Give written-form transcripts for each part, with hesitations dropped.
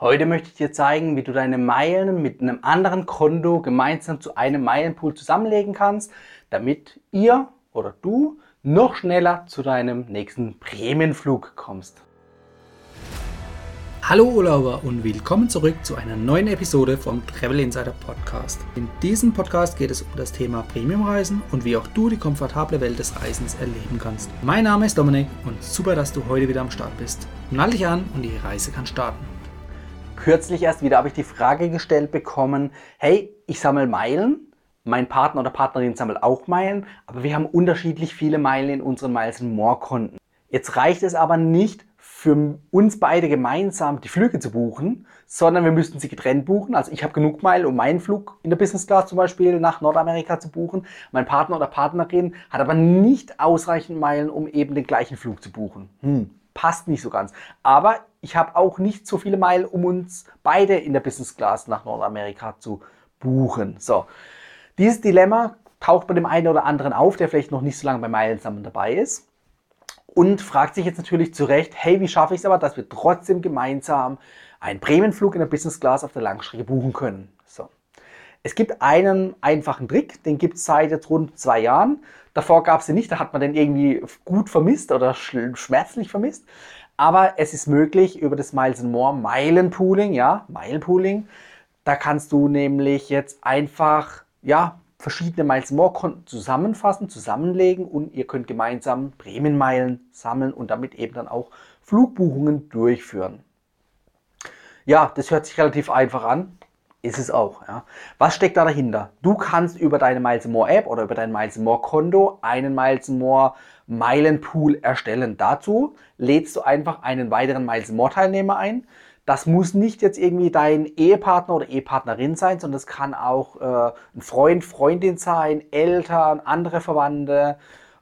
Heute möchte ich dir zeigen, wie du deine Meilen mit einem anderen Konto gemeinsam zu einem Meilenpool zusammenlegen kannst, damit ihr oder du noch schneller zu deinem nächsten Prämienflug kommst. Hallo Urlauber und willkommen zurück zu einer neuen Episode vom Travel Insider Podcast. In diesem Podcast geht es um das Thema Premiumreisen und wie auch du die komfortable Welt des Reisens erleben kannst. Mein Name ist Dominik und super, dass du heute wieder am Start bist. Nall dich an und die Reise kann starten. Kürzlich erst wieder habe ich die Frage gestellt bekommen, hey, ich sammle Meilen, mein Partner oder Partnerin sammelt auch Meilen, aber wir haben unterschiedlich viele Meilen in unseren Miles & More Konten. Jetzt reicht es aber nicht für uns beide gemeinsam die Flüge zu buchen, sondern wir müssten sie getrennt buchen. Also ich habe genug Meilen, um meinen Flug in der Business Class zum Beispiel nach Nordamerika zu buchen. Mein Partner oder Partnerin hat aber nicht ausreichend Meilen, um eben den gleichen Flug zu buchen. Passt nicht so ganz. Aber ich habe auch nicht so viele Meilen, um uns beide in der Business Class nach Nordamerika zu buchen. So, dieses Dilemma taucht bei dem einen oder anderen auf, der vielleicht noch nicht so lange bei Meilensammeln dabei ist. Und fragt sich jetzt natürlich zu Recht, hey, wie schaffe ich es aber, dass wir trotzdem gemeinsam einen Prämienflug in der Business Class auf der Langstrecke buchen können. So. Es gibt einen einfachen Trick, den gibt es seit jetzt rund 2 Jahren. Davor gab es den nicht, da hat man den irgendwie gut vermisst oder schmerzlich vermisst. Aber es ist möglich über das Miles & More Meilenpooling, ja, Meilenpooling. Da kannst du nämlich jetzt einfach, ja, verschiedene Miles & More Konten zusammenfassen, zusammenlegen und ihr könnt gemeinsam Prämienmeilen sammeln und damit eben dann auch Flugbuchungen durchführen. Ja, das hört sich relativ einfach an. Ist es auch. Ja. Was steckt da dahinter? Du kannst über deine Miles & More App oder über dein Miles & More Konto einen Miles & More Meilenpool erstellen. Dazu lädst du einfach einen weiteren Miles & More Teilnehmer ein. Das muss nicht jetzt irgendwie dein Ehepartner oder Ehepartnerin sein, sondern das kann auch ein Freund, Freundin sein, Eltern, andere Verwandte.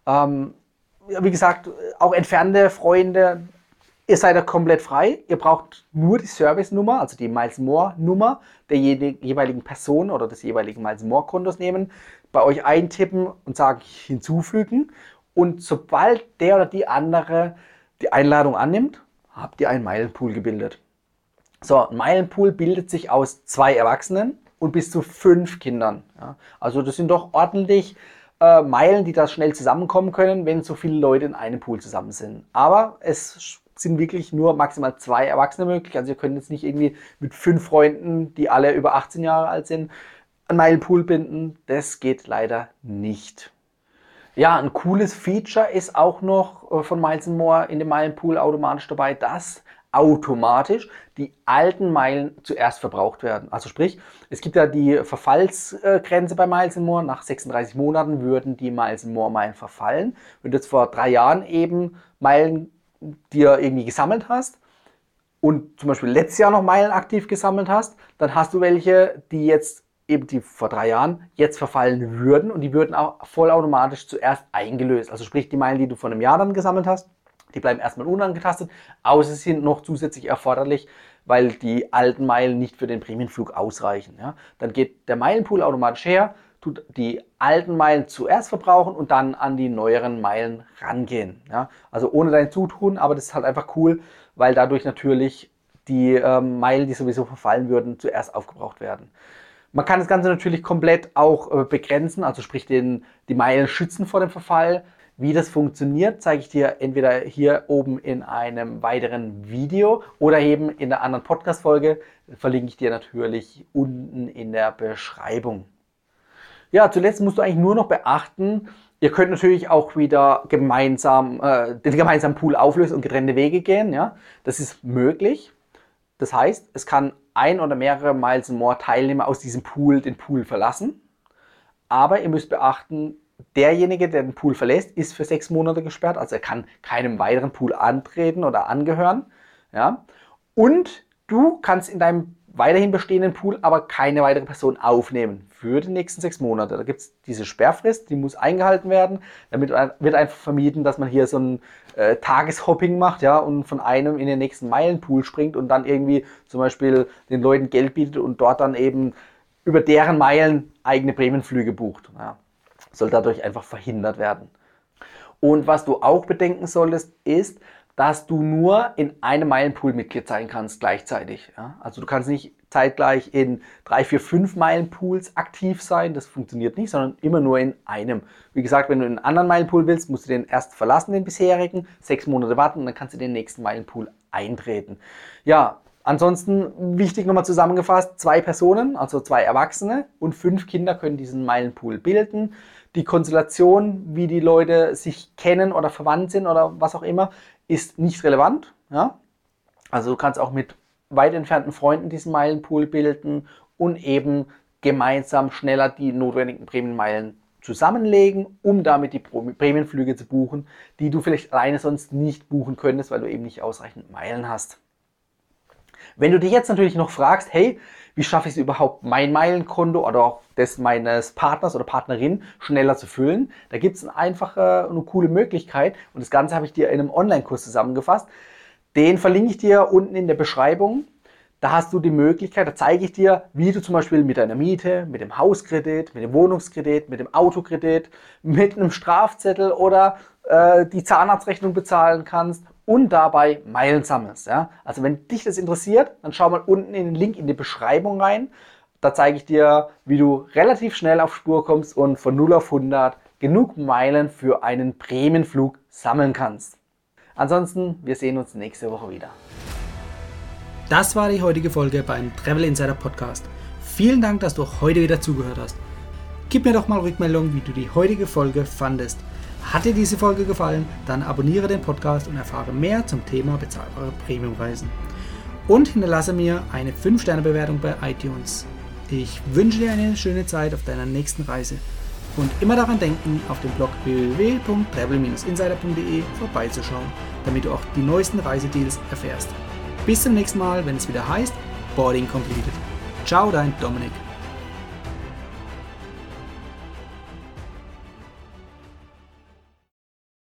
Wie gesagt, auch entfernte Freunde. Ihr seid da komplett frei. Ihr braucht nur die Service-Nummer, also die Miles & More Nummer der jeweiligen Person oder des jeweiligen Miles & More Kontos nehmen, bei euch eintippen und sagen hinzufügen. Und sobald der oder die andere die Einladung annimmt, habt ihr einen Meilenpool gebildet. So, ein Meilenpool bildet sich aus 2 Erwachsenen und bis zu 5 Kindern. Ja. Also das sind doch ordentlich Meilen, die da schnell zusammenkommen können, wenn so viele Leute in einem Pool zusammen sind. Aber es sind wirklich nur maximal 2 Erwachsene möglich. Also ihr könnt jetzt nicht irgendwie mit 5 Freunden, die alle über 18 Jahre alt sind, einen Meilenpool binden. Das geht leider nicht. Ja, ein cooles Feature ist auch noch von Miles & More in dem Meilenpool automatisch dabei, dass automatisch die alten Meilen zuerst verbraucht werden. Also sprich, es gibt ja die Verfallsgrenze bei Miles & More. Nach 36 Monaten würden die Miles & More Meilen verfallen. Wenn du jetzt vor 3 Jahren eben Meilen dir irgendwie gesammelt hast und zum Beispiel letztes Jahr noch Meilen aktiv gesammelt hast, dann hast du welche, die jetzt eben die vor 3 Jahren jetzt verfallen würden und die würden auch vollautomatisch zuerst eingelöst. Also sprich, die Meilen, die du vor einem Jahr dann gesammelt hast, die bleiben erstmal unangetastet, außer sie sind noch zusätzlich erforderlich, weil die alten Meilen nicht für den Prämienflug ausreichen. Ja. Dann geht der Meilenpool automatisch her, tut die alten Meilen zuerst verbrauchen und dann an die neueren Meilen rangehen. Ja. Also ohne dein Zutun, aber das ist halt einfach cool, weil dadurch natürlich die Meilen, die sowieso verfallen würden, zuerst aufgebraucht werden. Man kann das Ganze natürlich komplett auch begrenzen, also sprich die Meilen schützen vor dem Verfall. Wie das funktioniert, zeige ich dir entweder hier oben in einem weiteren Video oder eben in der anderen Podcast-Folge. Verlinke ich dir natürlich unten in der Beschreibung. Ja, zuletzt musst du eigentlich nur noch beachten, ihr könnt natürlich auch wieder gemeinsam den gemeinsamen Pool auflösen und getrennte Wege gehen. Ja? Das ist möglich. Das heißt, es kann ein oder mehrere Miles & More Teilnehmer aus diesem Pool den Pool verlassen. Aber ihr müsst beachten, derjenige, der den Pool verlässt, ist für 6 Monate gesperrt. Also er kann keinem weiteren Pool antreten oder angehören. Ja? Und du kannst in deinem weiterhin bestehenden Pool aber keine weitere Person aufnehmen für die nächsten 6 Monate. Da gibt es diese Sperrfrist, die muss eingehalten werden. Damit wird einfach vermieden, dass man hier so ein Tageshopping macht, ja, und von einem in den nächsten Meilenpool springt und dann irgendwie zum Beispiel den Leuten Geld bietet und dort dann eben über deren Meilen eigene Prämienflüge bucht. Ja. Soll dadurch einfach verhindert werden. Und was du auch bedenken solltest, ist, dass du nur in einem Meilenpool Mitglied sein kannst gleichzeitig. Ja? Also du kannst nicht zeitgleich in 3, 4, 5 Meilenpools aktiv sein, das funktioniert nicht, sondern immer nur in einem. Wie gesagt, wenn du in einen anderen Meilenpool willst, musst du den erst verlassen, den bisherigen, 6 Monate warten und dann kannst du in den nächsten Meilenpool eintreten. Ja, ansonsten wichtig nochmal zusammengefasst, 2 Personen, also 2 Erwachsene und 5 Kinder können diesen Meilenpool bilden. Die Konstellation, wie die Leute sich kennen oder verwandt sind oder was auch immer, ist nicht relevant. Ja? Also du kannst auch mit weit entfernten Freunden diesen Meilenpool bilden und eben gemeinsam schneller die notwendigen Prämienmeilen zusammenlegen, um damit die Prämienflüge zu buchen, die du vielleicht alleine sonst nicht buchen könntest, weil du eben nicht ausreichend Meilen hast. Wenn du dich jetzt natürlich noch fragst, hey, wie schaffe ich es überhaupt, mein Meilenkonto oder auch das meines Partners oder Partnerin schneller zu füllen, da gibt es eine einfache und eine coole Möglichkeit und das Ganze habe ich dir in einem Online-Kurs zusammengefasst. Den verlinke ich dir unten in der Beschreibung. Da hast du die Möglichkeit, da zeige ich dir, wie du zum Beispiel mit deiner Miete, mit dem Hauskredit, mit dem Wohnungskredit, mit dem Autokredit, mit einem Strafzettel oder die Zahnarztrechnung bezahlen kannst und dabei Meilen sammelst. Ja? Also wenn dich das interessiert, dann schau mal unten in den Link in die Beschreibung rein. Da zeige ich dir, wie du relativ schnell auf Spur kommst und von 0 auf 100 genug Meilen für einen Prämienflug sammeln kannst. Ansonsten, wir sehen uns nächste Woche wieder. Das war die heutige Folge beim Travel Insider Podcast. Vielen Dank, dass du heute wieder zugehört hast. Gib mir doch mal Rückmeldung, wie du die heutige Folge fandest. Hat dir diese Folge gefallen, dann abonniere den Podcast und erfahre mehr zum Thema bezahlbare Premiumreisen. Und hinterlasse mir eine 5-Sterne-Bewertung bei iTunes. Ich wünsche dir eine schöne Zeit auf deiner nächsten Reise. Und immer daran denken, auf dem Blog www.travel-insider.de vorbeizuschauen, damit du auch die neuesten Reisedeals erfährst. Bis zum nächsten Mal, wenn es wieder heißt Boarding Completed. Ciao, dein Dominik.